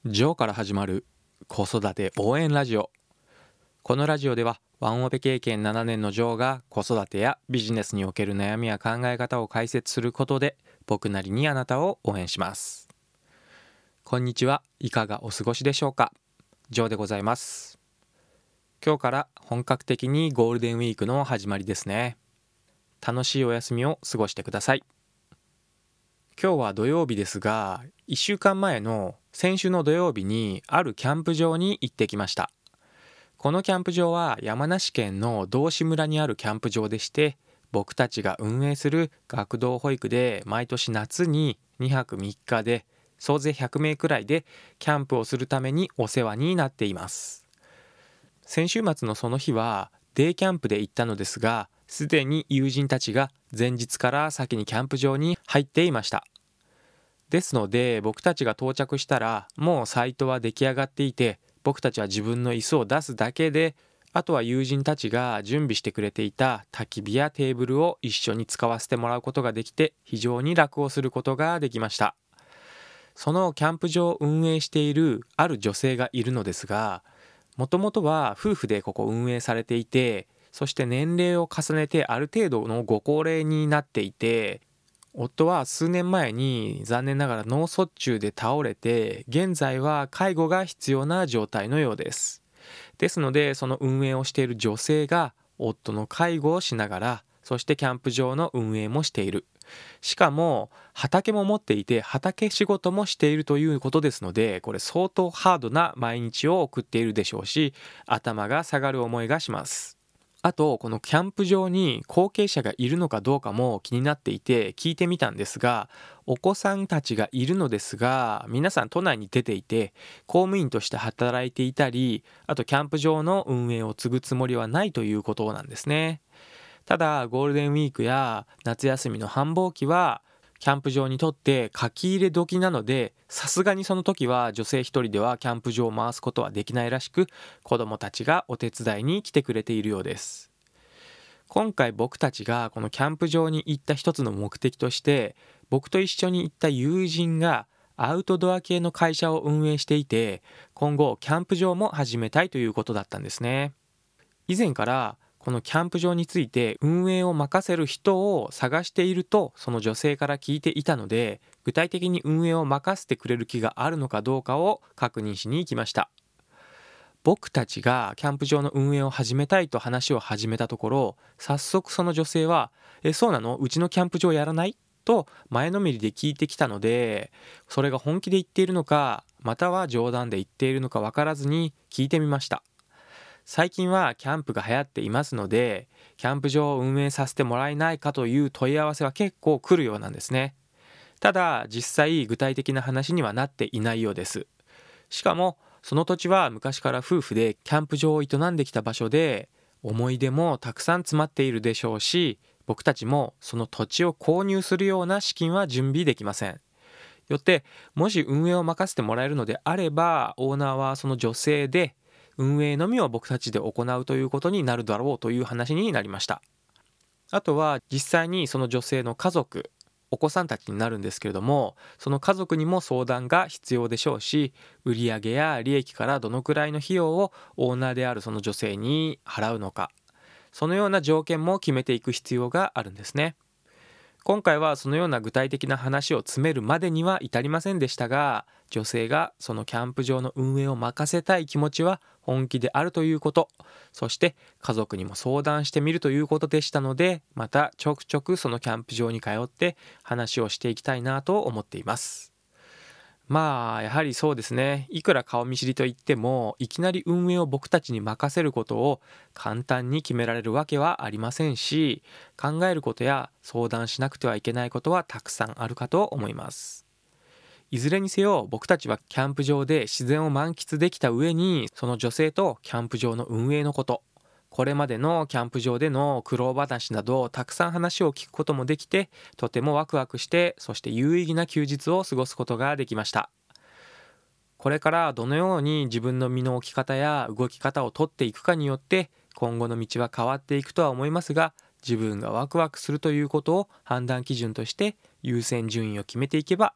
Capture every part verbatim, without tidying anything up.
ジョーから始まる子育て応援ラジオ。このラジオではワンオペ経験ななねんのジョーが子育てやビジネスにおける悩みや考え方を解説することで僕なりにあなたを応援します。こんにちは、いかがお過ごしでしょうか。ジョーでございます。今日から本格的にゴールデンウィークの始まりですね。楽しいお休みを過ごしてください。今日は土曜日ですが、いっしゅうかんまえの先週の土曜日にあるキャンプ場に行ってきました。このキャンプ場は山梨県の道志村にあるキャンプ場でして、僕たちが運営する学童保育で毎年夏ににはくみっかで総勢ひゃくめいくらいでキャンプをするためにお世話になっています。先週末のその日はデイキャンプで行ったのですが、すでに友人たちが前日から先にキャンプ場に入っていました。ですので僕たちが到着したらもうサイトは出来上がっていて、僕たちは自分の椅子を出すだけで、あとは友人たちが準備してくれていた焚き火やテーブルを一緒に使わせてもらうことができて、非常に楽をすることができました。そのキャンプ場を運営しているある女性がいるのですが、もともとは夫婦でここ運営されていて、そして年齢を重ねてある程度のご高齢になっていて、夫は数年前に残念ながら脳卒中で倒れて、現在は介護が必要な状態のようです。ですのでその運営をしている女性が夫の介護をしながら、そしてキャンプ場の運営もしている。しかも畑も持っていて畑仕事もしているということですので、これ相当ハードな毎日を送っているでしょうし、頭が下がる思いがします。あとこのキャンプ場に後継者がいるのかどうかも気になっていて聞いてみたんですが、お子さんたちがいるのですが、皆さん都内に出ていて公務員として働いていたり、あとキャンプ場の運営を継ぐつもりはないということなんですね。ただゴールデンウィークや夏休みの繁忙期はキャンプ場にとって書き入れ時なので、さすがにその時は女性一人ではキャンプ場を回すことはできないらしく、子どもたちがお手伝いに来てくれているようです。今回僕たちがこのキャンプ場に行った一つの目的として、僕と一緒に行った友人がアウトドア系の会社を運営していて、今後キャンプ場も始めたいということだったんですね。以前からこのキャンプ場について運営を任せる人を探しているとその女性から聞いていたので、具体的に運営を任せてくれる気があるのかどうかを確認しに行きました。僕たちがキャンプ場の運営を始めたいと話を始めたところ、早速その女性はえそうなの、うちのキャンプ場やらないと前のめりで聞いてきたので、それが本気で言っているのかまたは冗談で言っているのか分からずに聞いてみました。最近はキャンプが流行っていますので、キャンプ場を運営させてもらえないかという問い合わせは結構来るようなんですね。ただ実際具体的な話にはなっていないようです。しかもその土地は昔から夫婦でキャンプ場を営んできた場所で、思い出もたくさん詰まっているでしょうし、僕たちもその土地を購入するような資金は準備できません。よってもし運営を任せてもらえるのであれば、オーナーはその女性で運営のみを僕たちで行うということになるだろうという話になりました。あとは実際にその女性の家族、お子さんたちになるんですけれども、その家族にも相談が必要でしょうし、売上や利益からどのくらいの費用をオーナーであるその女性に払うのか、そのような条件も決めていく必要があるんですね。今回はそのような具体的な話を詰めるまでには至りませんでしたが、女性がそのキャンプ場の運営を任せたい気持ちは本気であるということ、そして家族にも相談してみるということでしたので、またちょくちょくそのキャンプ場に通って話をしていきたいなと思っています。まあやはりそうですね、いくら顔見知りといってもいきなり運営を僕たちに任せることを簡単に決められるわけはありませんし、考えることや相談しなくてはいけないことはたくさんあるかと思います。いずれにせよ僕たちはキャンプ場で自然を満喫できた上に、その女性とキャンプ場の運営のこと、これまでのキャンプ場での苦労話などたくさん話を聞くこともできて、とてもワクワクして、そして有意義な休日を過ごすことができました。これからどのように自分の身の置き方や動き方をとっていくかによって今後の道は変わっていくとは思いますが、自分がワクワクするということを判断基準として優先順位を決めていけば、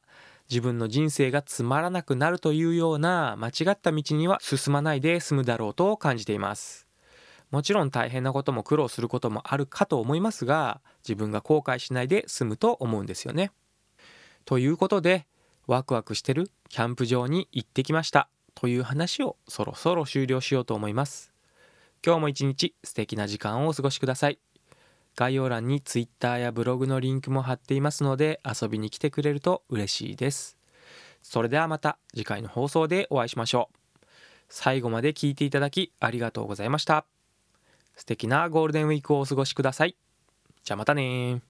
自分の人生がつまらなくなるというような間違った道には進まないで済むだろうと感じています。もちろん大変なことも苦労することもあるかと思いますが、自分が後悔しないで済むと思うんですよね。ということで、ワクワクしてるキャンプ場に行ってきましたという話をそろそろ終了しようと思います。今日も一日素敵な時間をお過ごしください。概要欄に Twitter やブログのリンクも貼っていますので、遊びに来てくれると嬉しいです。それではまた次回の放送でお会いしましょう。最後まで聞いていただきありがとうございました。素敵なゴールデンウィークをお過ごしください。じゃあまたね。